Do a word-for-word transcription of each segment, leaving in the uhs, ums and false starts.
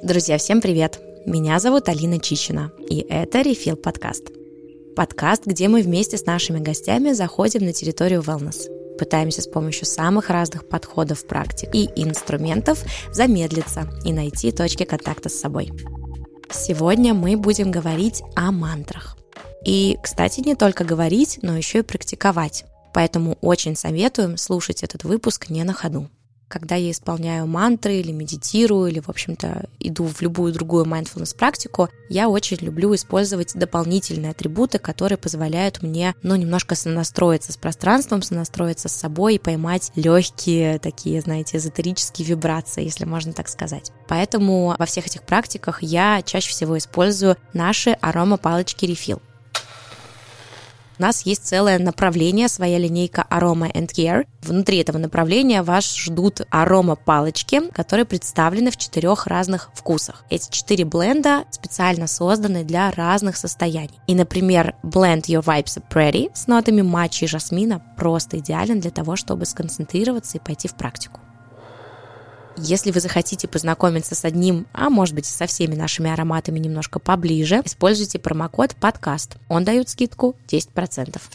Друзья, всем привет! Меня зовут Алина Чичина, и это Refill подкаст. Подкаст, где мы вместе с нашими гостями заходим на территорию wellness. Пытаемся с помощью самых разных подходов, практик и инструментов замедлиться и найти точки контакта с собой. Сегодня мы будем говорить о мантрах. И, кстати, не только говорить, но еще и практиковать. Поэтому очень советуем слушать этот выпуск не на ходу. Когда я исполняю мантры или медитирую, или, в общем-то, иду в любую другую mindfulness-практику, я очень люблю использовать дополнительные атрибуты, которые позволяют мне, ну, немножко сонастроиться с пространством, сонастроиться с собой и поймать легкие такие, знаете, эзотерические вибрации, если можно так сказать. Поэтому во всех этих практиках я чаще всего использую наши аромапалочки Refill. У нас есть целое направление, своя линейка Aroma and Care. Внутри этого направления вас ждут аромапалочки, которые представлены в четырех разных вкусах. Эти четыре бленда специально созданы для разных состояний. И, например, бленд Your Vibes Are Pretty с нотами матча и жасмина просто идеален для того, чтобы сконцентрироваться и пойти в практику. Если вы захотите познакомиться с одним, а может быть и со всеми нашими ароматами немножко поближе, используйте промокод подкаст. Он дает скидку десять процентов.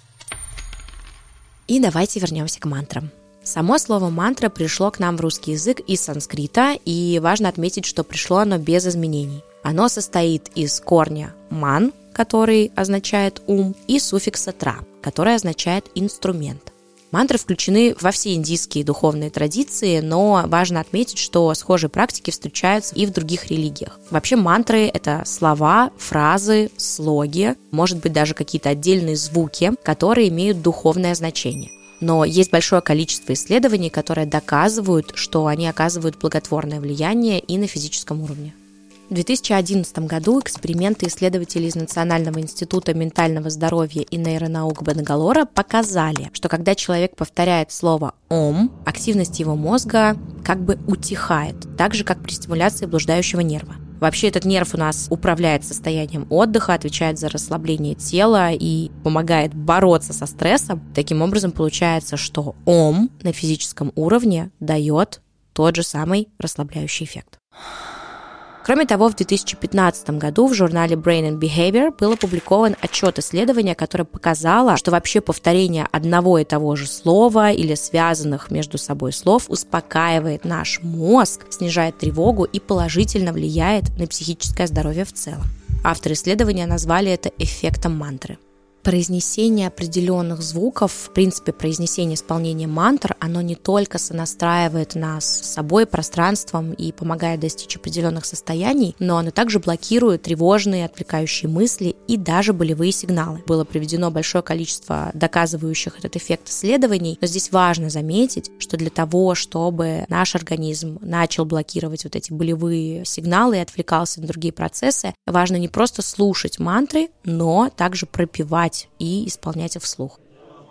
И давайте вернемся к мантрам. Само слово мантра пришло к нам в русский язык из санскрита, и важно отметить, что пришло оно без изменений. Оно состоит из корня ман, который означает ум, и суффикса тра, который означает инструмент. Мантры включены во все индийские духовные традиции, но важно отметить, что схожие практики встречаются и в других религиях. Вообще мантры — это слова, фразы, слоги, может быть даже какие-то отдельные звуки, которые имеют духовное значение. Но есть большое количество исследований, которые доказывают, что они оказывают благотворное влияние и на физическом уровне. В две тысячи одиннадцатом году эксперименты исследователей из Национального института ментального здоровья и нейронаук Бангалора показали, что когда человек повторяет слово «ом», активность его мозга как бы утихает, так же, как при стимуляции блуждающего нерва. Вообще этот нерв у нас управляет состоянием отдыха, отвечает за расслабление тела и помогает бороться со стрессом. Таким образом, получается, что «ом» на физическом уровне дает тот же самый расслабляющий эффект. Кроме того, в две тысячи пятнадцатом году в журнале Brain and Behavior был опубликован отчет исследования, которое показало, что вообще повторение одного и того же слова или связанных между собой слов успокаивает наш мозг, снижает тревогу и положительно влияет на психическое здоровье в целом. Авторы исследования назвали это эффектом мантры. Произнесение определенных звуков, в принципе, произнесение исполнения мантр, оно не только сонастраивает нас с собой, пространством и помогает достичь определенных состояний, но оно также блокирует тревожные, отвлекающие мысли и даже болевые сигналы. Было приведено большое количество доказывающих этот эффект исследований, но здесь важно заметить, что для того, чтобы наш организм начал блокировать вот эти болевые сигналы и отвлекался на другие процессы, важно не просто слушать мантры, но также пропевать и исполнять их вслух.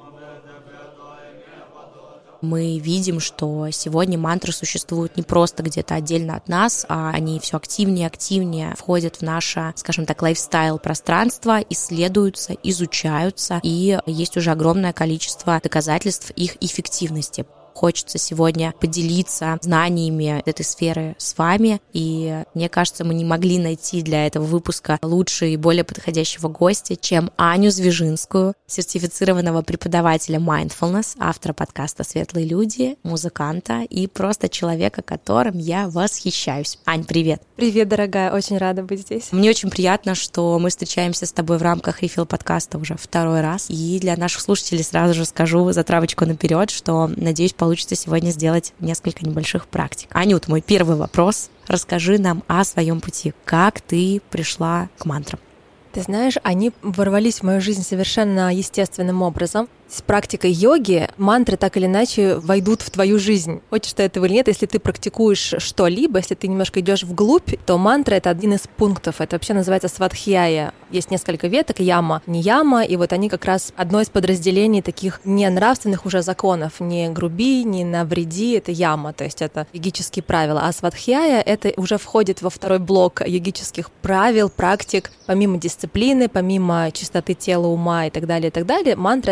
Мы видим, что сегодня мантры существуют не просто где-то отдельно от нас, а они все активнее и активнее входят в наше, скажем так, лайфстайл-пространство, исследуются, изучаются, и есть уже огромное количество доказательств их эффективности. Хочется сегодня поделиться знаниями этой сферы с вами, и мне кажется, мы не могли найти для этого выпуска лучше и более подходящего гостя, чем Аню Звежинскую, сертифицированного преподавателя mindfulness, автора подкаста «Светлые люди», музыканта и просто человека, которым я восхищаюсь. Ань, привет! Привет, дорогая, очень рада быть здесь. Мне очень приятно, что мы встречаемся с тобой в рамках Refill подкаста уже второй раз, и для наших слушателей сразу же скажу затравочку наперед, что, надеюсь, получится сегодня сделать несколько небольших практик. Анют, мой первый вопрос. Расскажи нам о своем пути. Как ты пришла к мантрам? Ты знаешь, они ворвались в мою жизнь совершенно естественным образом. С практикой йоги мантры так или иначе войдут в твою жизнь. Хочешь ты этого или нет, если ты практикуешь что-либо, если ты немножко идешь вглубь, то мантра — это один из пунктов. Это вообще называется свадхьяя. Есть несколько веток, яма, не яма, и вот они как раз одно из подразделений таких ненравственных уже законов. Не груби, не навреди, это яма, то есть это йогические правила. А свадхьяя — это уже входит во второй блок йогических правил, практик. Помимо дисциплины, помимо чистоты тела, ума и так далее, и так далее, мантра — это как бы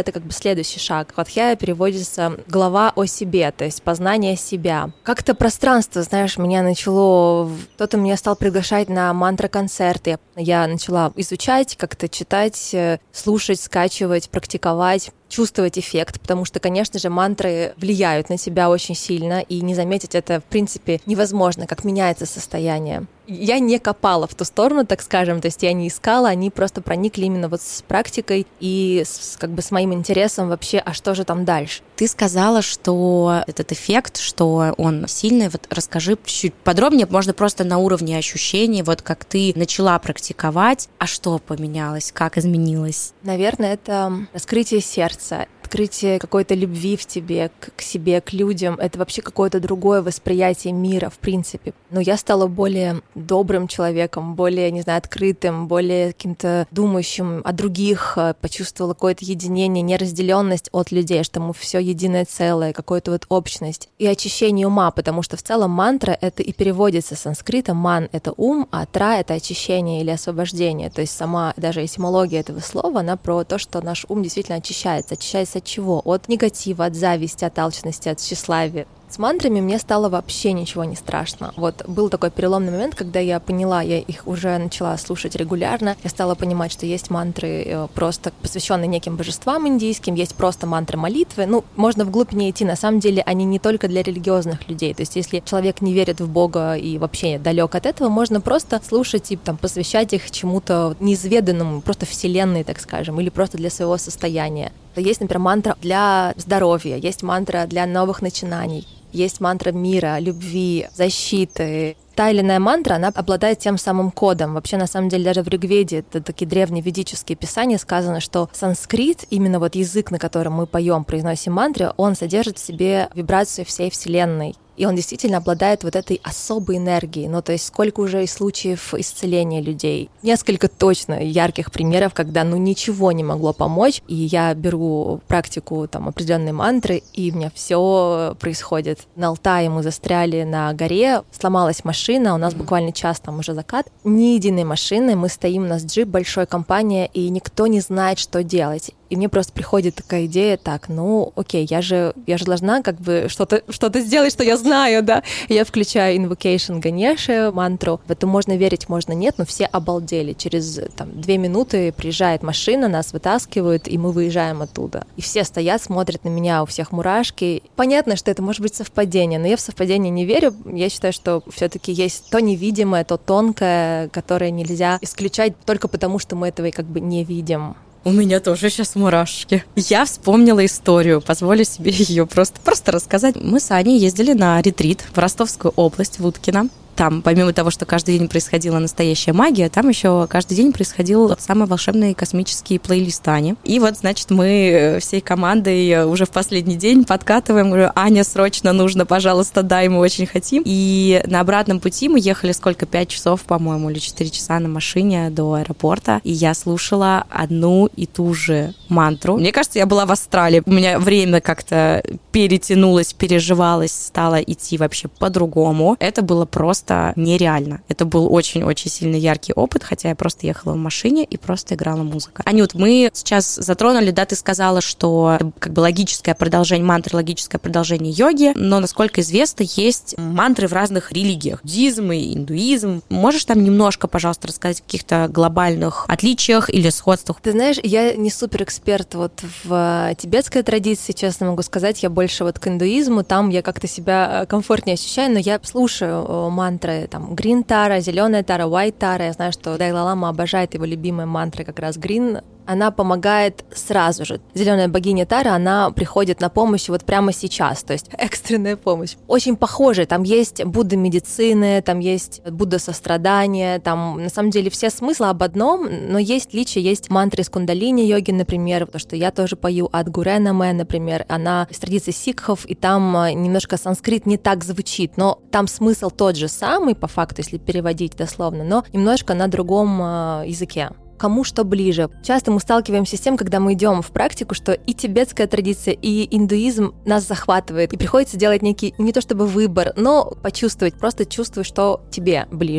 следующий шаг. Хватхья переводится «глава о себе», то есть познание себя. Как-то пространство, знаешь, меня начало... Кто-то меня стал приглашать на мантра-концерты. Я начала изучать, как-то читать, слушать, скачивать, практиковать, чувствовать эффект, потому что, конечно же, мантры влияют на тебя очень сильно, и не заметить это, в принципе, невозможно, как меняется состояние. Я не копала в ту сторону, так скажем, то есть я не искала, они просто проникли именно вот с практикой и с, как бы с моим интересом вообще, а что же там дальше. Ты сказала, что этот эффект, что он сильный, вот расскажи чуть подробнее, можно просто на уровне ощущений, вот как ты начала практиковать, а что поменялось, как изменилось? Наверное, это раскрытие сердца, открытие какой-то любви в тебе, к, к себе, к людям. Это вообще какое-то другое восприятие мира, в принципе. Но я стала более добрым человеком, более, не знаю, открытым, более каким-то думающим о других, почувствовала какое-то единение, неразделенность от людей, что мы все единое целое, какую-то вот общность. И очищение ума, потому что в целом мантра — это и переводится с санскрита. Ман — это ум, а тра — это очищение или освобождение. То есть сама даже этимология этого слова, она про то, что наш ум действительно очищается. Очищается от чего? От негатива, от зависти, от алчности, от тщеславия. С мантрами мне стало вообще ничего не страшно. Вот был такой переломный момент, когда я поняла, я их уже начала слушать регулярно. Я стала понимать, что есть мантры просто посвященные неким божествам индийским, есть просто мантры молитвы. Ну, можно вглубь не идти. На самом деле они не только для религиозных людей. То есть если человек не верит в Бога и вообще далек от этого, можно просто слушать и там посвящать их чему-то неизведанному, просто вселенной, так скажем, или просто для своего состояния. Есть, например, мантра для здоровья, есть мантра для новых начинаний, есть мантра мира, любви, защиты. Та или иная мантра, она обладает тем самым кодом. Вообще, на самом деле, даже в Ригведе, это такие древние ведические писания, сказано, что санскрит, именно вот язык, на котором мы поем, произносим мантры, он содержит в себе вибрацию всей Вселенной. И он действительно обладает вот этой особой энергией. Ну, то есть сколько уже и случаев исцеления людей. Несколько точно ярких примеров, когда ну ничего не могло помочь, и я беру практику там определенные мантры, и у меня все происходит. На Алтае мы застряли на горе, сломалась машина, у нас буквально час там уже закат. Ни единой машины, мы стоим, у нас джип, большая компания, и никто не знает, что делать. И мне просто приходит такая идея, так, ну, окей, я же, я же должна как бы что-то, что-то сделать, что я знаю, да. И я включаю Invocation Ганеши, мантру. В это можно верить, можно нет, но все обалдели. Через там, две минуты приезжает машина, нас вытаскивают, и мы выезжаем оттуда. И все стоят, смотрят на меня, у всех мурашки. Понятно, что это может быть совпадение, но я в совпадение не верю. Я считаю, что все-таки есть то невидимое, то тонкое, которое нельзя исключать только потому, что мы этого как бы не видим. У меня тоже сейчас мурашки. Я вспомнила историю, позволю себе ее просто, просто рассказать. Мы с Аней ездили на ретрит в Ростовскую область, в Уткино. Там, помимо того, что каждый день происходила настоящая магия, там еще каждый день происходил тот самый волшебный космический плейлист Ани. И вот, значит, мы всей командой уже в последний день подкатываем, говорю, Аня, срочно нужно, пожалуйста, дай, мы очень хотим. И на обратном пути мы ехали сколько, пять часов, по-моему, или четыре часа на машине до аэропорта, и я слушала одну и ту же мантру. Мне кажется, я была в астрале. У меня время как-то перетянулось, переживалось, стало идти вообще по-другому. Это было просто нереально. Это был очень-очень сильно яркий опыт, хотя я просто ехала в машине и просто играла музыка. Анют, мы сейчас затронули, да, ты сказала, что как бы логическое продолжение мантры, логическое продолжение йоги, но, насколько известно, есть мантры в разных религиях. Буддизм и индуизм. Можешь там немножко, пожалуйста, рассказать о каких-то глобальных отличиях или сходствах? Ты знаешь, я не суперэксперт вот в тибетской традиции, честно могу сказать, я больше вот к индуизму, там я как-то себя комфортнее ощущаю, но я слушаю мантры там Green Tara, зеленая Тара, White Tara. Я знаю, что Далай-лама обожает его любимые мантры как раз Green. Она помогает сразу же. Зеленая богиня Тара, она приходит на помощь вот прямо сейчас, то есть экстренная помощь. Очень похоже, там есть Будда медицины, там есть Будда сострадания, там на самом деле все смыслы об одном, но есть отличия, есть мантры из кундалини-йоги, например, потому что я тоже пою от Гуренаме, например, она из традиции сикхов, и там немножко санскрит не так звучит, но там смысл тот же самый, по факту, если переводить дословно, но немножко на другом языке. Кому что ближе. Часто мы сталкиваемся с тем, когда мы идем в практику, что и тибетская традиция, и индуизм нас захватывает, и приходится делать некий, не то чтобы выбор, но почувствовать, просто чувствуй, что тебе ближе.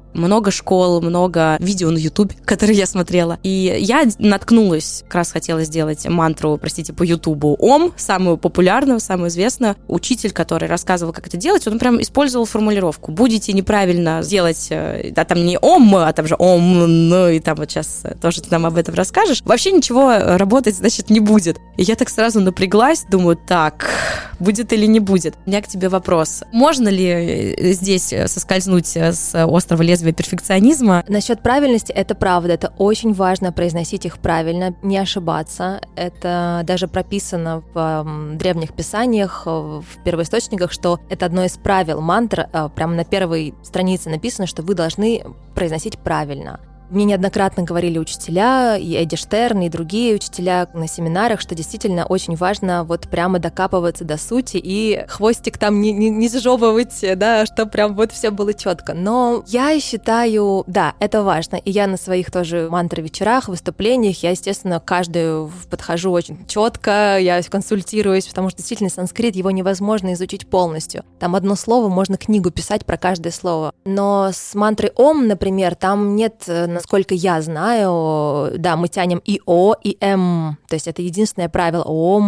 много школ, много видео на YouTube, которые я смотрела. И я наткнулась, как раз хотела сделать мантру, простите, по YouTube Ом, самую популярную, самую известную. Учитель, который рассказывал, как это делать, он прям использовал формулировку. Будете неправильно делать, да, там не Ом, а там же Ом, ну и там вот сейчас тоже ты нам об этом расскажешь. Вообще ничего работать, значит, не будет. И я так сразу напряглась, думаю, так, будет или не будет. У меня к тебе вопрос. Можно ли здесь соскользнуть с острова лезвия перфекционизма? Насчет правильности, это правда. Это очень важно произносить их правильно, не ошибаться. Это даже прописано в древних писаниях, в первоисточниках, что это одно из правил мантр. Прямо на первой странице написано, что вы должны произносить правильно. Мне неоднократно говорили учителя, и Эдди Штерн, и другие учителя на семинарах, что действительно очень важно вот прямо докапываться до сути и хвостик там не, не, не сжевывать, да, чтобы прям вот все было четко. Но я считаю, да, это важно. И я на своих тоже мантр-вечерах, выступлениях, я, естественно, каждую подхожу очень четко, я консультируюсь, потому что действительно санскрит, его невозможно изучить полностью. Там одно слово, можно книгу писать про каждое слово. Но с мантрой Ом, например, там нет, насколько я знаю, да, мы тянем и О, и М, то есть это единственное правило,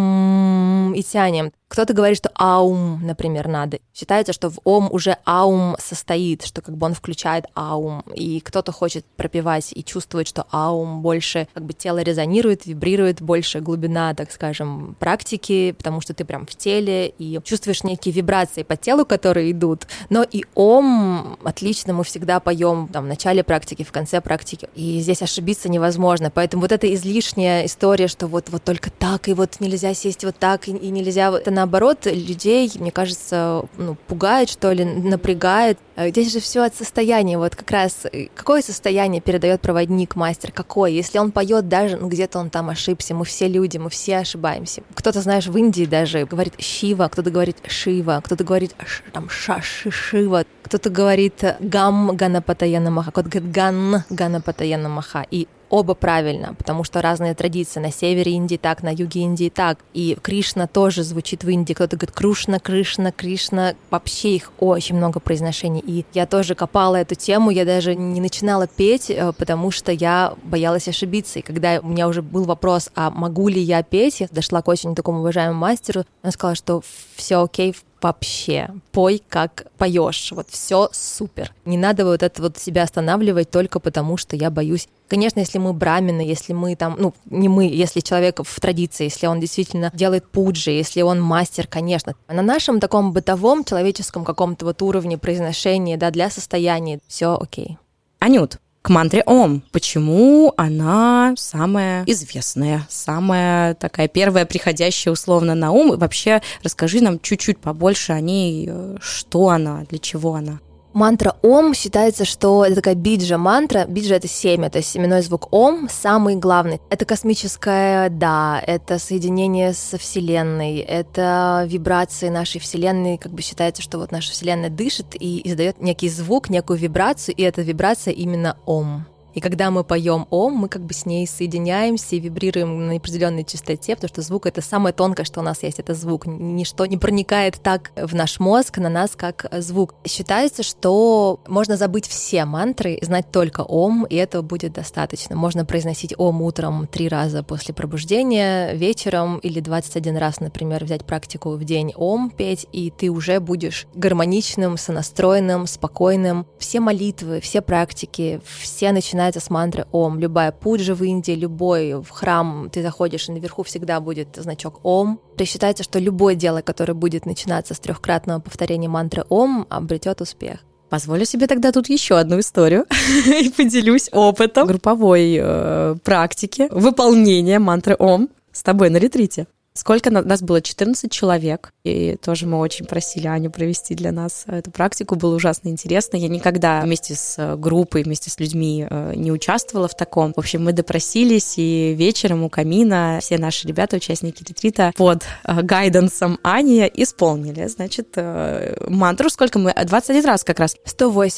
Ом, и тянем. Кто-то говорит, что аум, например, надо. Считается, что в ом уже аум состоит, что как бы он включает аум. И кто-то хочет пропевать и чувствует, что аум больше как бы тело резонирует, вибрирует, больше глубина, так скажем, практики, потому что ты прям в теле и чувствуешь некие вибрации по телу, которые идут. Но и ом отлично мы всегда поем там, в начале практики, в конце практики. И здесь ошибиться невозможно. Поэтому вот эта излишняя история, что вот, вот только так, и вот нельзя сесть вот так, и, и нельзя... Это наоборот, людей, мне кажется, ну, пугает, что ли, напрягает. Здесь же все от состояния. Вот как раз какое состояние передает проводник, мастер, какое? Если он поет даже, ну, где-то он там ошибся, мы все люди, мы все ошибаемся. Кто-то, знаешь, в Индии даже говорит Шива, кто-то говорит Шива, кто-то говорит там Шаши Шива, кто-то говорит Гам Ганапатая Намаха, кто-то говорит Ган Ганапатая Намаха. И оба правильно, потому что разные традиции. На севере Индии так, на юге Индии так. И Кришна тоже звучит в Индии. Кто-то говорит Крушна, Кришна, Кришна. Вообще их очень много произношений. И я тоже копала эту тему. Я даже не начинала петь, потому что я боялась ошибиться. И когда у меня уже был вопрос, а могу ли я петь, я дошла к очень такому уважаемому мастеру. Она сказала, что все окей, вообще, пой, как поешь, вот все супер. Не надо вот это вот себя останавливать только потому, что я боюсь. Конечно, если мы брамины, если мы там, ну, не мы, если человек в традиции, если он действительно делает пуджи, если он мастер, конечно. А на нашем таком бытовом, человеческом каком-то вот уровне произношения, да, для состояния, все окей. Анют, к мантре Ом. Почему она самая известная, самая такая первая приходящая условно на ум? И вообще расскажи нам чуть-чуть побольше о ней, что она, для чего она. Мантра Ом считается, что это такая биджа-мантра. Биджа — это семя, то есть семенной звук Ом самый главный. Это космическое «да», это соединение со Вселенной, это вибрации нашей Вселенной. Как бы считается, что вот наша Вселенная дышит и издает некий звук, некую вибрацию, и эта вибрация именно Ом. И когда мы поем Ом, мы как бы с ней соединяемся и вибрируем на определенной частоте, потому что звук — это самое тонкое, что у нас есть, это звук. Ничто не проникает так в наш мозг, на нас, как звук. Считается, что можно забыть все мантры и знать только Ом, и этого будет достаточно. Можно произносить Ом утром три раза после пробуждения, вечером или двадцать один раз, например, взять практику в день Ом петь, и ты уже будешь гармоничным, сонастроенным, спокойным. Все молитвы, все практики, все начинают с мантры Ом. Любая пуджа в Индии, любой в храм ты заходишь, и наверху всегда будет значок Ом. И считается, что любое дело, которое будет начинаться с трехкратного повторения мантры Ом, обретет успех. Позволю себе тогда тут еще одну историю и поделюсь опытом групповой э, практики выполнения мантры Ом с тобой на ретрите. Сколько нас было? четырнадцать человек. И тоже мы очень просили Аню провести для нас эту практику. Было ужасно интересно. Я никогда вместе с группой, вместе с людьми не участвовала в таком. В общем, мы допросились, и вечером у камина все наши ребята, участники ретрита, под гайдансом Ани исполнили, значит, мантру. Сколько мы? двадцать один раз как раз. сто восемь.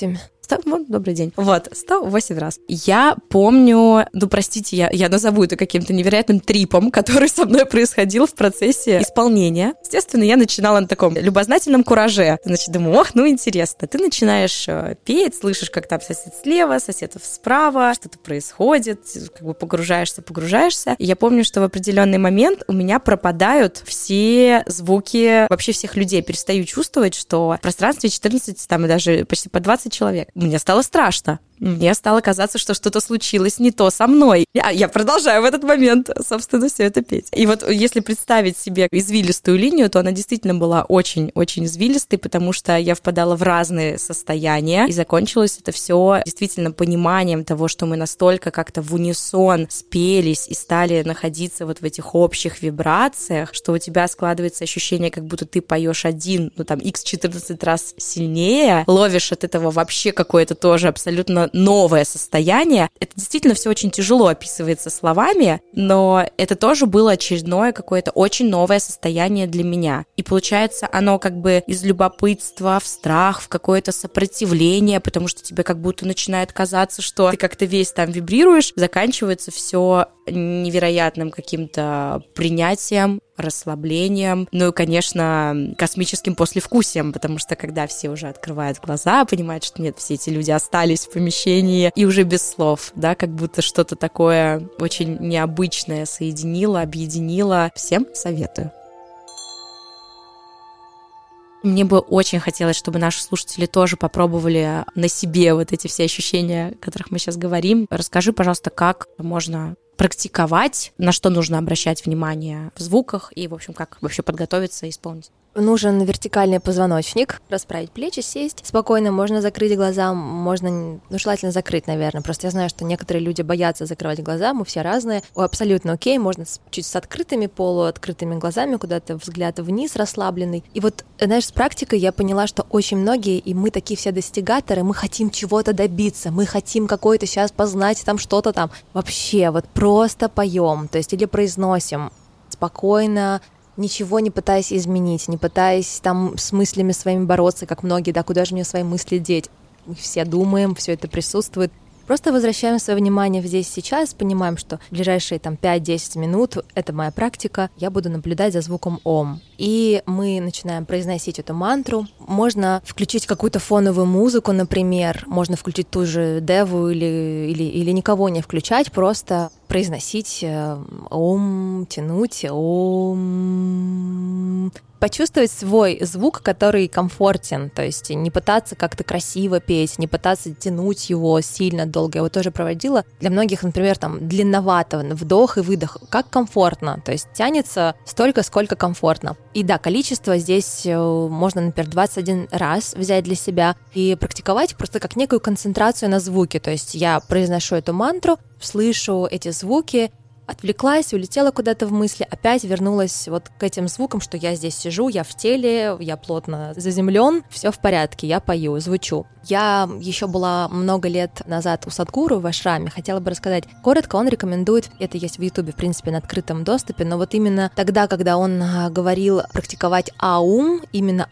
сто, добрый день. Вот, сто восемь раз. Я помню, ну, простите, я, я назову это каким-то невероятным трипом, который со мной происходил в процессе исполнения. Естественно, я начинала на таком любознательном кураже. Значит, думаю, ох, ну, интересно. Ты начинаешь петь, слышишь, как там сосед слева, сосед справа, что-то происходит, как бы погружаешься, погружаешься. И я помню, что в определенный момент у меня пропадают все звуки вообще всех людей. Перестаю чувствовать, что в пространстве четырнадцать, там и даже почти по двадцать человек. Мне стало страшно. Мне стало казаться, что что-то случилось не то со мной. Я, я продолжаю в этот момент, собственно, все это петь. И вот если представить себе извилистую линию, то она действительно была очень-очень извилистой, потому что я впадала в разные состояния, и закончилось это все действительно пониманием того, что мы настолько как-то в унисон спелись и стали находиться вот в этих общих вибрациях, что у тебя складывается ощущение, как будто ты поешь один, ну там, икс четырнадцать раз сильнее, ловишь от этого вообще какое-то тоже абсолютно новое состояние. Это действительно все очень тяжело описывается словами, но это тоже было очередное какое-то очень новое состояние для меня. И получается, оно как бы из любопытства в страх, в какое-то сопротивление, потому что тебе как будто начинает казаться, что ты как-то весь там вибрируешь, заканчивается все невероятным каким-то принятием, расслаблением, ну и, конечно, космическим послевкусием, потому что когда все уже открывают глаза, понимают, что нет, все эти люди остались в помещении, и уже без слов, да, как будто что-то такое очень необычное соединило, объединило. Всем советую. Мне бы очень хотелось, чтобы наши слушатели тоже попробовали на себе вот эти все ощущения, о которых мы сейчас говорим. Расскажи, пожалуйста, как можно практиковать, на что нужно обращать внимание в звуках и, в общем, как вообще подготовиться и исполнить. Нужен вертикальный позвоночник, расправить плечи, сесть. Спокойно, можно закрыть глаза, можно, ну, желательно закрыть, наверное. Просто я знаю, что некоторые люди боятся закрывать глаза, мы все разные. Абсолютно окей, можно чуть с открытыми, полуоткрытыми глазами, куда-то взгляд вниз расслабленный. И вот, знаешь, с практикой я поняла, что очень многие, и мы такие все достигаторы, мы хотим чего-то добиться, мы хотим какой-то сейчас познать там что-то там. Вообще, вот просто поем, то есть или произносим спокойно, ничего не пытаясь изменить, не пытаясь там с мыслями своими бороться, как многие, да, куда же мне свои мысли деть? Мы все думаем, все это присутствует. Просто возвращаем свое внимание здесь сейчас, понимаем, что в ближайшие там пять-десять минут, это моя практика, я буду наблюдать за звуком ом. И мы начинаем произносить эту мантру. Можно включить какую-то фоновую музыку, например, можно включить ту же деву или, или, или никого не включать, просто произносить ом, тянуть ом. Почувствовать свой звук, который комфортен, то есть не пытаться как-то красиво петь, не пытаться тянуть его сильно долго. Я его тоже проводила. Для многих, например, там длинновато, вдох и выдох. Как комфортно, то есть тянется столько, сколько комфортно. И да, количество здесь можно, например, двадцать один раз взять для себя и практиковать просто как некую концентрацию на звуке. То есть я произношу эту мантру, слышу эти звуки, отвлеклась, улетела куда-то в мысли, опять вернулась вот к этим звукам, что я здесь сижу, я в теле, я плотно заземлен, все в порядке, я пою, звучу. Я еще была много лет назад у Садхгуру в ашраме, хотела бы рассказать. Коротко, он рекомендует, это есть в Ютубе, в принципе, на открытом доступе, но вот именно тогда, когда он говорил практиковать аум, именно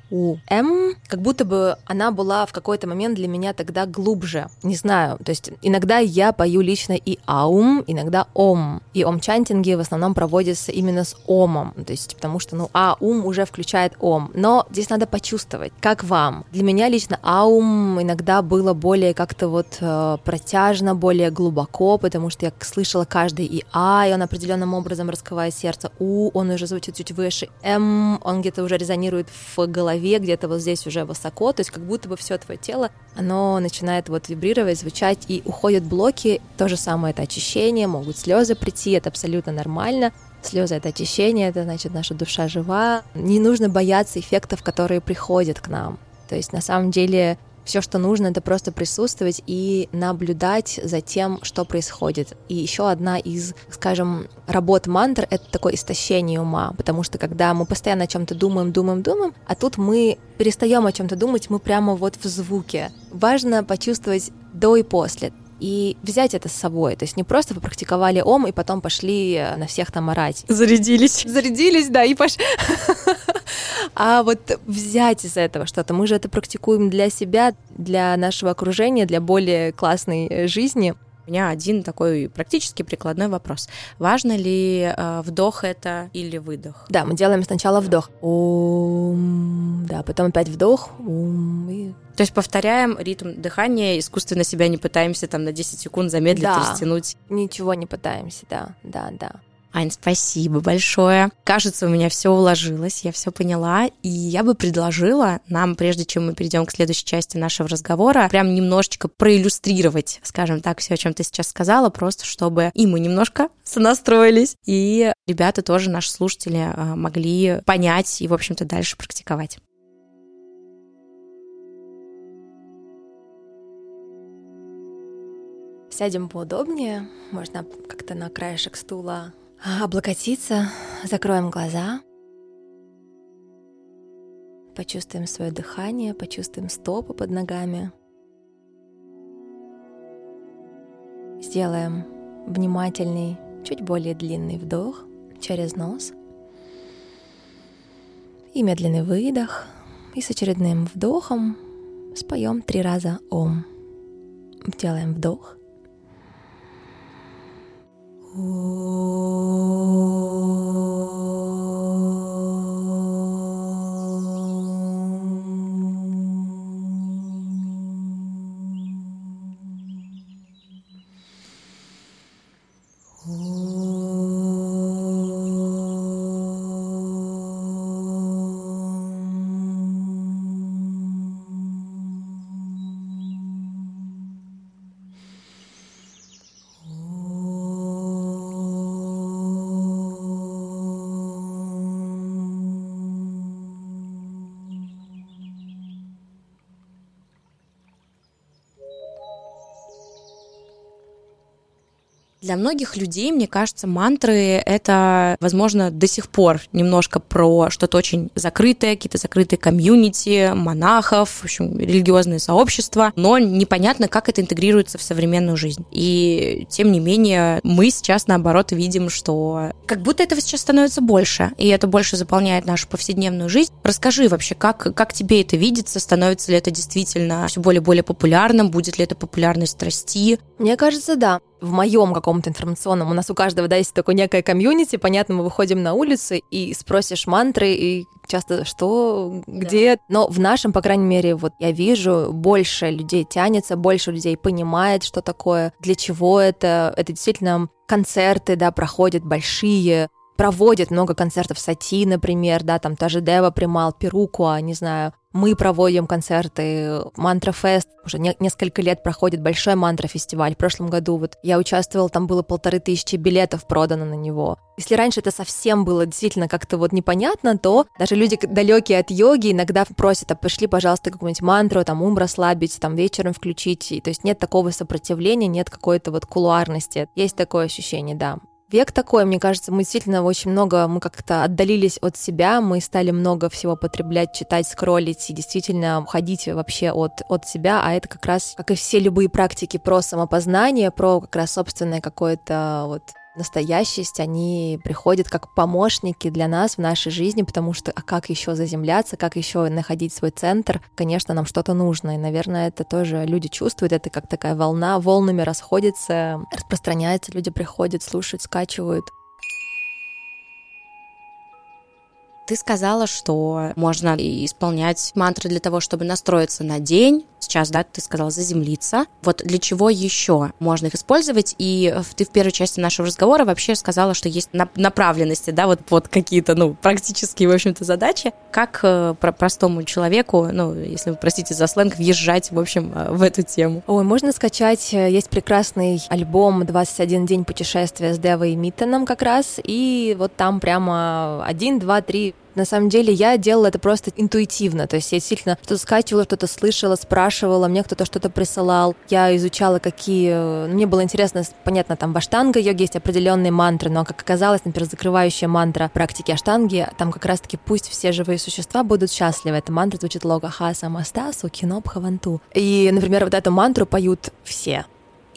а-у-эм, как будто бы она была в какой-то момент для меня тогда глубже. Не знаю, то есть иногда я пою лично и аум, иногда ом. И ом-чантинги в основном проводятся именно с омом, то есть потому что, ну, а-ум уже включает ом. Но здесь надо почувствовать, как вам. Для меня лично аум иногда было более как-то вот э, протяжно, более глубоко, потому что я слышала каждый и а, и он определенным образом раскрывает сердце. У, он уже звучит чуть выше. М, он где-то уже резонирует в голове, где-то вот здесь уже высоко, то есть как будто бы все твое тело, оно начинает вот вибрировать, звучать, и уходят блоки. То же самое, это очищение, могут слезы прийти, это абсолютно нормально. Слезы — это очищение, это значит, наша душа жива. Не нужно бояться эффектов, которые приходят к нам. То есть на самом деле все, что нужно, это просто присутствовать и наблюдать за тем, что происходит. И еще одна из, скажем, работ мантр — это такое истощение ума, потому что когда мы постоянно о чем-то думаем, думаем, думаем, а тут мы перестаем о чем-то думать, мы прямо вот в звуке. Важно почувствовать до и после. И взять это с собой, то есть не просто попрактиковали ом и потом пошли на всех там орать. Зарядились. Зарядились, да, и пошли. а вот взять из этого что-то. Мы же это практикуем для себя, для нашего окружения, для более классной жизни. У меня один такой практически прикладной вопрос. Важно ли э, вдох это или выдох? Да, мы делаем сначала вдох. Ом, да, потом опять вдох. Ом, и... То есть повторяем ритм дыхания, искусственно себя не пытаемся там на десять секунд замедлить, да, растянуть. Ничего не пытаемся, да, да, да. Ань, спасибо большое. Кажется, у меня все уложилось, я все поняла. И я бы предложила нам, прежде чем мы перейдем к следующей части нашего разговора, прям немножечко проиллюстрировать, скажем так, все, о чем ты сейчас сказала, просто чтобы и мы немножко сонастроились, и ребята тоже, наши слушатели, могли понять и, в общем-то, дальше практиковать. Сядем поудобнее, можно как-то на краешек стула облокотиться, закроем глаза, почувствуем свое дыхание, почувствуем стопы под ногами. Сделаем внимательный, чуть более длинный вдох через нос и медленный выдох. И с очередным вдохом споем три раза Ом. Делаем вдох. Для многих людей, мне кажется, мантры — это, возможно, до сих пор немножко про что-то очень закрытое, какие-то закрытые комьюнити, монахов, в общем, религиозные сообщества, но непонятно, как это интегрируется в современную жизнь. И, тем не менее, мы сейчас, наоборот, видим, что как будто этого сейчас становится больше, и это больше заполняет нашу повседневную жизнь. Расскажи вообще, как, как тебе это видится, становится ли это действительно все более и более популярным, будет ли это популярность расти? Мне кажется, да. В моем каком-то информационном, у нас у каждого, да, есть такое некое комьюнити, понятно, мы выходим на улицу и спросишь мантры, и часто что, где, да. Но в нашем, по крайней мере, вот я вижу, больше людей тянется, больше людей понимает, что такое, для чего это, это действительно концерты, да, проходят большие, проводят много концертов Сати, например, да, там та же Дева Примал, Перукуа, не знаю. Мы проводим концерты, Мантра-фест, уже не, несколько лет проходит большой мантра-фестиваль. В прошлом году вот я участвовала, там было полторы тысячи билетов продано на него. Если раньше это совсем было действительно как-то вот непонятно, то даже люди далекие от йоги иногда просят, а пошли, пожалуйста, какую-нибудь мантру, там ум расслабить, там вечером включить. И, то есть нет такого сопротивления, нет какой-то вот кулуарности. Есть такое ощущение, да. Век такой, мне кажется, мы действительно очень много, мы как-то отдалились от себя, мы стали много всего потреблять, читать, скроллить и действительно уходить вообще от, от себя, а это как раз, как и все любые практики про самопознание, про как раз собственное какое-то вот настоящесть, они приходят как помощники для нас в нашей жизни, потому что а как еще заземляться, как еще находить свой центр, конечно, нам что-то нужно, и, наверное, это тоже люди чувствуют, это как такая волна, волнами расходится, распространяется, люди приходят, слушают, скачивают. Ты сказала, что можно исполнять мантры для того, чтобы настроиться на день. Сейчас, да, ты сказала заземлиться. Вот для чего еще можно их использовать? И ты в первой части нашего разговора вообще сказала, что есть направленности, да, вот под какие-то, ну, практические, в общем-то, задачи. Как э, простому человеку, ну, если вы простите за сленг, въезжать, в общем, в эту тему? Ой, можно скачать, есть прекрасный альбом «двадцать один день путешествия» с Девой Миттоном как раз, и вот там прямо один, два, три. На самом деле я делала это просто интуитивно, то есть я действительно что-то скачивала, что-то слышала, спрашивала, мне кто-то что-то присылал, я изучала, какие... Мне было интересно, понятно, там в аштанга-йоге есть определенные мантры, но, как оказалось, например, закрывающая мантра практики аштанги, там как раз-таки «Пусть все живые существа будут счастливы». Эта мантра звучит «Лога ха самаста сукхино бхаванту». И, например, вот эту мантру поют все.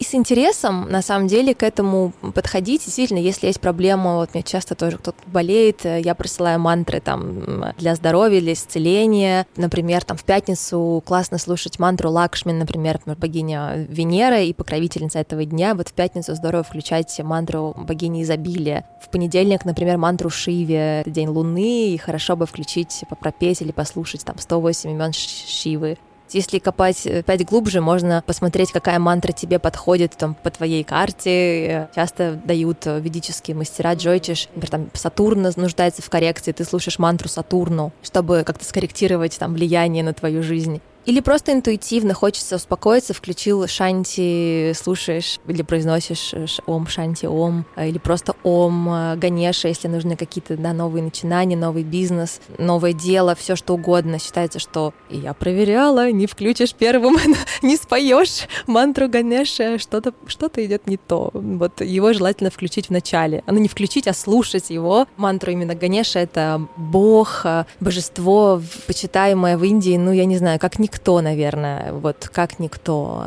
и с интересом, на самом деле, к этому подходить. Действительно, если есть проблема, вот мне часто тоже кто-то болеет, я присылаю мантры там для здоровья, для исцеления. Например, там в пятницу классно слушать мантру Лакшми, например, богиня Венера и покровительница этого дня. Вот в пятницу здорово включать мантру богини изобилия. В понедельник, например, мантру Шиве, это день Луны, и хорошо бы включить, пропеть или послушать там сто восемь имен Шивы. Если копать опять глубже, можно посмотреть, какая мантра тебе подходит там, по твоей карте. Часто дают ведические мастера Джойтиш, например, там Сатурн нуждается в коррекции, ты слушаешь мантру Сатурну, чтобы как-то скорректировать там влияние на твою жизнь. Или просто интуитивно хочется успокоиться, включил шанти, слушаешь или произносишь ом, шанти, ом, или просто ом, Ганеша, если нужны какие-то да, новые начинания, новый бизнес, новое дело, все что угодно. Считается, что я проверяла, не включишь первым, не споешь мантру Ганеша, что-то, что-то идет не то. Вот его желательно включить в начале. Ну, не включить, а слушать его. Мантру именно Ганеша — это бог, божество, почитаемое в Индии, ну, я не знаю, как ни Никто, наверное, вот как никто.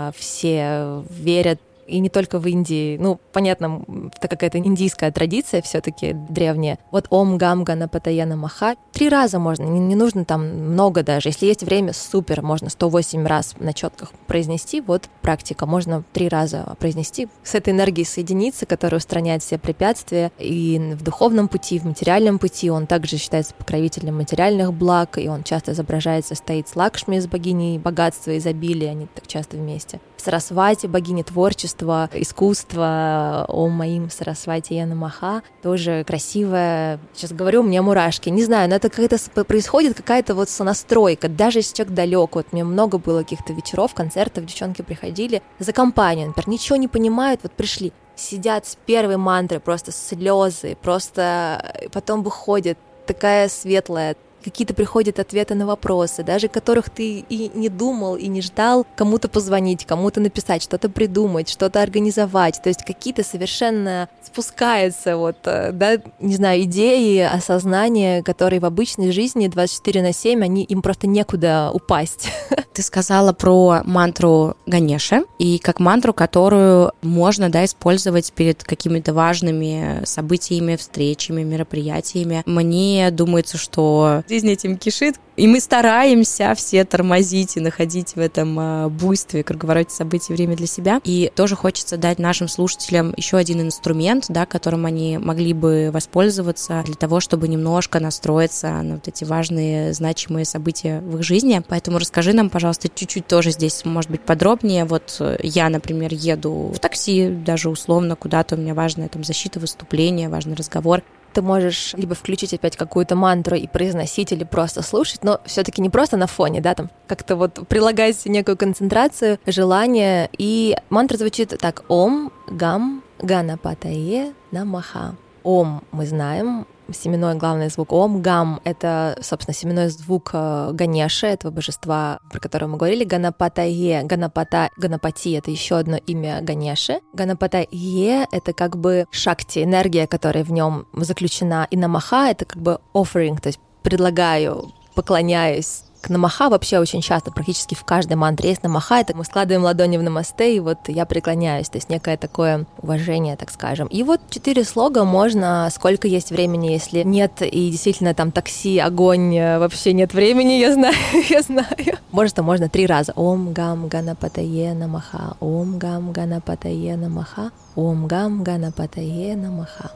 Все верят, и не только в Индии. Ну, понятно, это какая-то индийская традиция все-таки древняя. Вот Ом Гам Ганапатае Намаха. Три раза можно, не, не нужно там много даже. Если есть время, супер, можно сто восемь раз на четках произнести. Вот практика, можно три раза произнести. С этой энергией соединиться, которая устраняет все препятствия. И в духовном пути, в материальном пути он также считается покровителем материальных благ, и он часто изображается, стоит с Лакшми, с богиней богатства, изобилия, они так часто вместе. Сарасвати, богиня творчества, искусства, Ом Маим Сарасвати Намаха, тоже красивая. Сейчас говорю, у меня мурашки. Не знаю, но это какая-то происходит какая-то вот сонастройка, даже если человек далек. Вот мне много было каких-то вечеров, концертов, девчонки приходили за компанию, например, ничего не понимают, вот пришли, сидят с первой мантры, просто слезы, просто потом выходят, такая светлая, какие-то приходят ответы на вопросы, даже которых ты и не думал, и не ждал, кому-то позвонить, кому-то написать, что-то придумать, что-то организовать, то есть какие-то совершенно спускаются, вот, да, не знаю, идеи, осознания, которые в обычной жизни двадцать четыре на семь, они, им просто некуда упасть. Ты сказала про мантру Ганеши, и как мантру, которую можно, да, использовать перед какими-то важными событиями, встречами, мероприятиями. Мне думается, что жизнь этим кишит, и мы стараемся все тормозить и находить в этом буйстве, круговороте событий время для себя. И тоже хочется дать нашим слушателям еще один инструмент, да, которым они могли бы воспользоваться для того, чтобы немножко настроиться на вот эти важные, значимые события в их жизни. Поэтому расскажи нам, пожалуйста, чуть-чуть тоже здесь, может быть, подробнее. Вот я, например, еду в такси, даже условно куда-то, у меня важная там защита, выступление, важный разговор. Ты можешь либо включить опять какую-то мантру и произносить, или просто слушать, но все-таки не просто на фоне, да, там как-то вот прилагать некую концентрацию, желание. И мантра звучит так: Ом Гам Ганапатае Намаха. Ом мы знаем, семенной главный звук Ом. Гам — это, собственно, семенной звук Ганеши, этого божества, про которое мы говорили. Ганапатае, Ганапата, Ганапати — это еще одно имя Ганеши. Ганапатае — это как бы шакти, энергия, которая в нем заключена. И намаха — это как бы offering, то есть предлагаю, поклоняюсь. К намаха вообще очень часто, практически в каждой мантре есть намаха. Это мы складываем ладони в намасте, и вот я преклоняюсь, то есть некое такое уважение, так скажем. И вот четыре слога можно, сколько есть времени, если нет, и действительно там такси, огонь, вообще нет времени, я знаю, я знаю. Может, можно три раза. Ом Гам Ганапатае Намаха, Ом Гам Ганапатае Намаха, Ом Гам Ганапатае Намаха.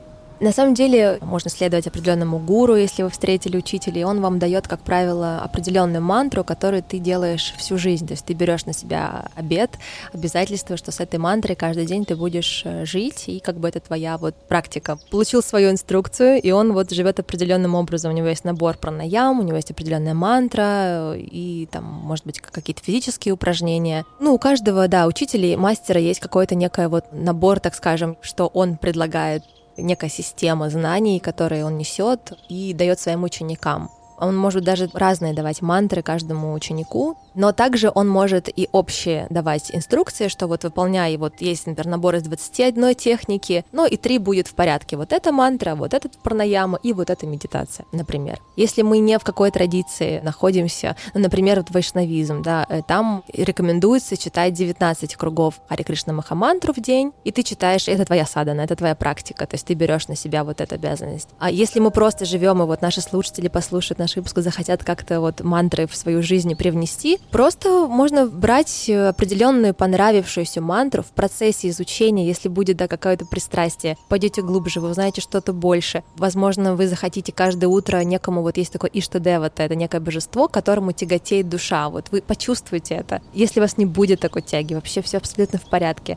На самом деле можно следовать определенному гуру, если вы встретили учителя, и он вам дает, как правило, определенную мантру, которую ты делаешь всю жизнь. То есть ты берешь на себя обет, обязательство, что с этой мантрой каждый день ты будешь жить, и как бы это твоя вот практика. Получил свою инструкцию, и он вот живет определенным образом. У него есть набор пранаям, у него есть определенная мантра, и там, может быть, какие-то физические упражнения. Ну, у каждого, да, учителя, мастера есть какой-то некий вот набор, так скажем, что он предлагает, некая система знаний, которые он несет и дает своим ученикам. Он может даже разные давать мантры каждому ученику, но также он может и общие давать инструкции, что вот выполняй, вот есть, например, набор из двадцати одной техники, но и три будет в порядке. Вот эта мантра, вот этот пранаяма и вот эта медитация, например. Если мы не в какой традиции находимся, ну, например, вот вайшнавизм, да, там рекомендуется читать девятнадцать кругов Харе Кришна Махамантру в день, и ты читаешь, это твоя садхана, это твоя практика, то есть ты берешь на себя вот эту обязанность. А если мы просто живем, и вот наши слушатели послушают наш выпуск и захотят как-то вот мантры в свою жизнь привнести, просто можно брать определенную понравившуюся мантру в процессе изучения, если будет, да, какое-то пристрастие, пойдете глубже, вы узнаете что-то больше. Возможно, вы захотите каждое утро некому, вот есть такое Иштадевата, это некое божество, к которому тяготеет душа, вот вы почувствуете это. Если у вас не будет такой тяги, вообще все абсолютно в порядке.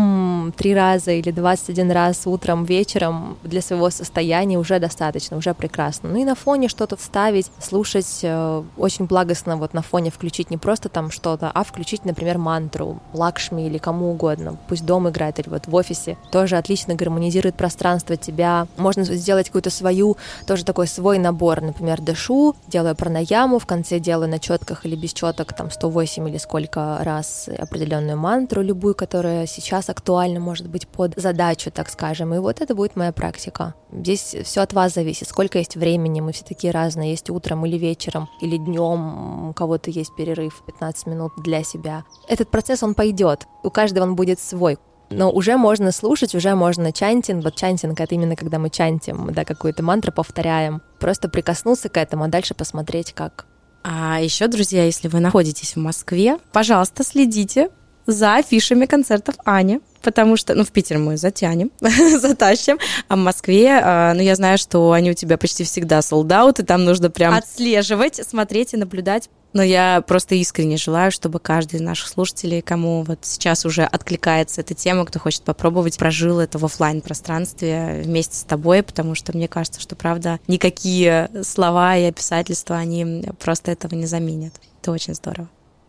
Ом три раза или двадцать один раз утром, вечером для своего состояния уже достаточно, уже прекрасно. Ну и на фоне что-то вставить, слушать, э, очень благостно вот на фоне включить не просто там что-то, а включить, например, мантру Лакшми или кому угодно. Пусть дом играет или вот в офисе. Тоже отлично гармонизирует пространство тебя. Можно сделать какую-то свою, тоже такой свой набор. Например, дышу, делаю пранаяму, в конце делаю на четках или без четок там сто восемь или сколько раз определенную мантру, любую, которая сейчас актуальна, может быть, под задачу, так скажем. И вот это будет моя практика. Здесь все от вас зависит, сколько есть времени, мы все такие разные, есть утром или вечером, или днем, у кого-то есть перерыв пятнадцать минут для себя. Этот процесс, он пойдет, у каждого он будет свой. Но уже можно слушать, уже можно чантинг. Вот чантинг — это именно когда мы чантим, да, какую-то мантру повторяем. Просто прикоснуться к этому, а дальше посмотреть, как. А еще, друзья, если вы находитесь в Москве, пожалуйста, следите за афишами концертов Ани, потому что, ну, в Питере мы затянем, затащим, а в Москве, ну, я знаю, что они у тебя почти всегда sold-out, и там нужно прям отслеживать, смотреть и наблюдать. Но я просто искренне желаю, чтобы каждый из наших слушателей, кому вот сейчас уже откликается эта тема, кто хочет попробовать, прожил это в офлайн-пространстве вместе с тобой, потому что мне кажется, что, правда, никакие слова и описательства, они просто этого не заменят. Это очень здорово.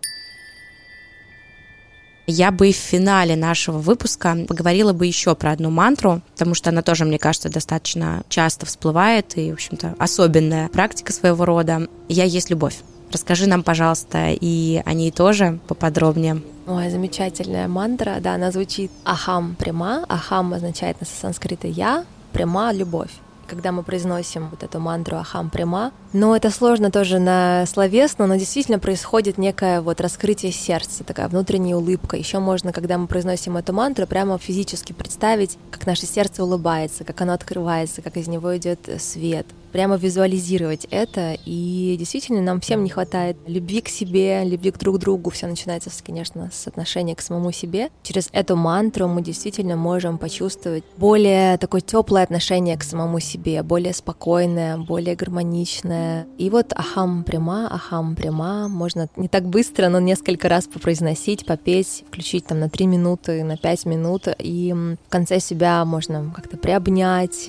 Я бы в финале нашего выпуска поговорила бы еще про одну мантру, потому что она тоже, мне кажется, достаточно часто всплывает и, в общем-то, особенная практика своего рода. «Я есть любовь». Расскажи нам, пожалуйста, и о ней тоже поподробнее. Ой, замечательная мантра, да, она звучит «Ахам према». «Ахам» означает на санскрите «я», «према» — «любовь». Когда мы произносим вот эту мантру «Ахам према», но это сложно тоже на словесно, но действительно происходит некое вот раскрытие сердца, такая внутренняя улыбка. Еще можно, когда мы произносим эту мантру, прямо физически представить, как наше сердце улыбается, как оно открывается, как из него идет свет. Прямо визуализировать это, и действительно нам всем не хватает любви к себе, любви к друг другу. Все начинается, конечно, с отношения к самому себе. Через эту мантру мы действительно можем почувствовать более такое теплое отношение к самому себе, более спокойное, более гармоничное. И вот ахам према, ахам према можно не так быстро, но несколько раз попроизносить, попеть, включить там на три минуты, на пять минут, и в конце себя можно как-то приобнять,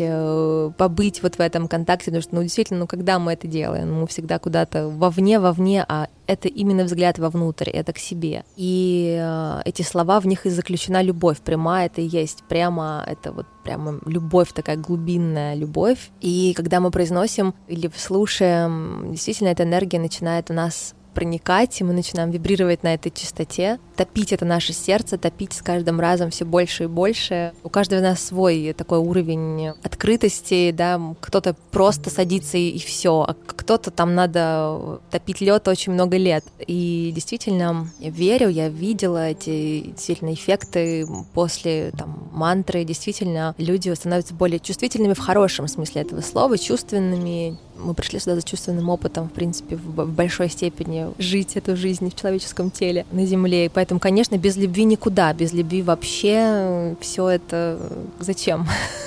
побыть вот в этом контакте. Потому что, ну, действительно, ну, когда мы это делаем, мы всегда куда-то вовне, вовне, а это именно взгляд вовнутрь, это к себе. И э, эти слова, в них и заключена любовь. Прямо это и есть. Прямо это вот прямо любовь, такая глубинная любовь. И когда мы произносим или слушаем, действительно, эта энергия начинает у нас проникать, и мы начинаем вибрировать на этой частоте, топить это наше сердце, топить с каждым разом все больше и больше. У каждого из нас свой такой уровень открытости, да, кто-то просто садится и, и все, а кто-то там надо топить лед очень много лет. И действительно, я верю, я видела эти действительно эффекты после там мантры, действительно люди становятся более чувствительными в хорошем смысле этого слова, чувственными. Мы пришли сюда за чувственным опытом, в принципе, в большой степени жить эту жизнь в человеческом теле на земле. И поэтому, конечно, без любви никуда, без любви вообще все это зачем?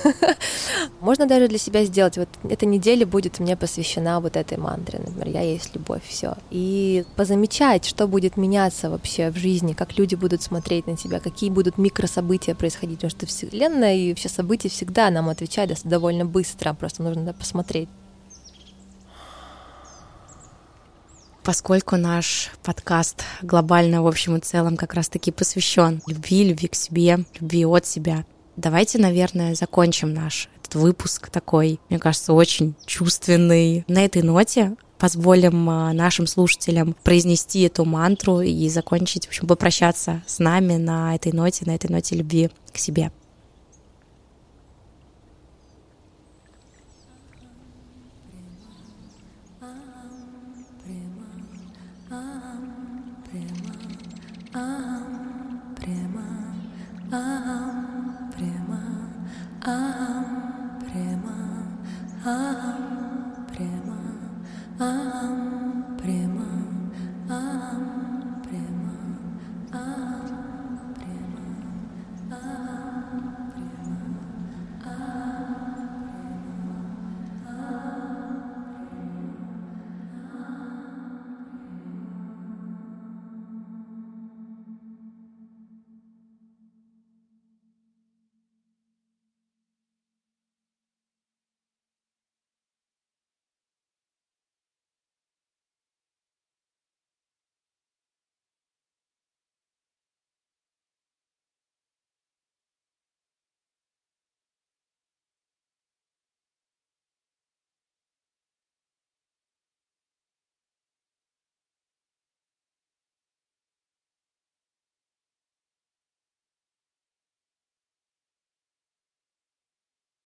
Можно даже для себя сделать. Вот эта неделя будет мне посвящена вот этой мантре, например, «Я есть любовь», все. И позамечать, что будет меняться вообще в жизни, как люди будут смотреть на тебя, какие будут микрособытия происходить, потому что Вселенная и все события всегда нам отвечают довольно быстро, просто нужно, да, посмотреть. Поскольку наш подкаст глобально, в общем и целом, как раз-таки посвящен любви, любви к себе, любви от себя, давайте, наверное, закончим наш этот выпуск такой, мне кажется, очень чувственный. На этой ноте позволим нашим слушателям произнести эту мантру и закончить, в общем, попрощаться с нами на этой ноте, на этой ноте любви к себе. Aham,